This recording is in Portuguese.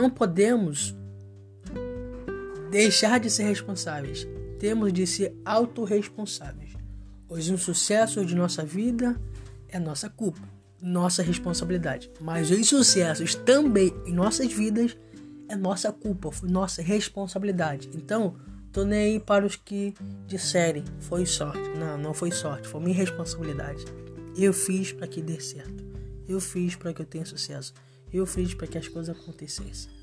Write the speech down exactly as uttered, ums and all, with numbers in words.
não podemos deixar de ser responsáveis. Temos de ser autorresponsáveis. Os insucessos de nossa vida é nossa culpa, nossa responsabilidade. Mas os sucessos também em nossas vidas é nossa culpa, foi nossa responsabilidade. Então, tô nem aí para os que disserem foi sorte. Não, não foi sorte, foi minha responsabilidade. Eu fiz para que dê certo. Eu fiz para que eu tenha sucesso. Eu fiz para que as coisas acontecessem.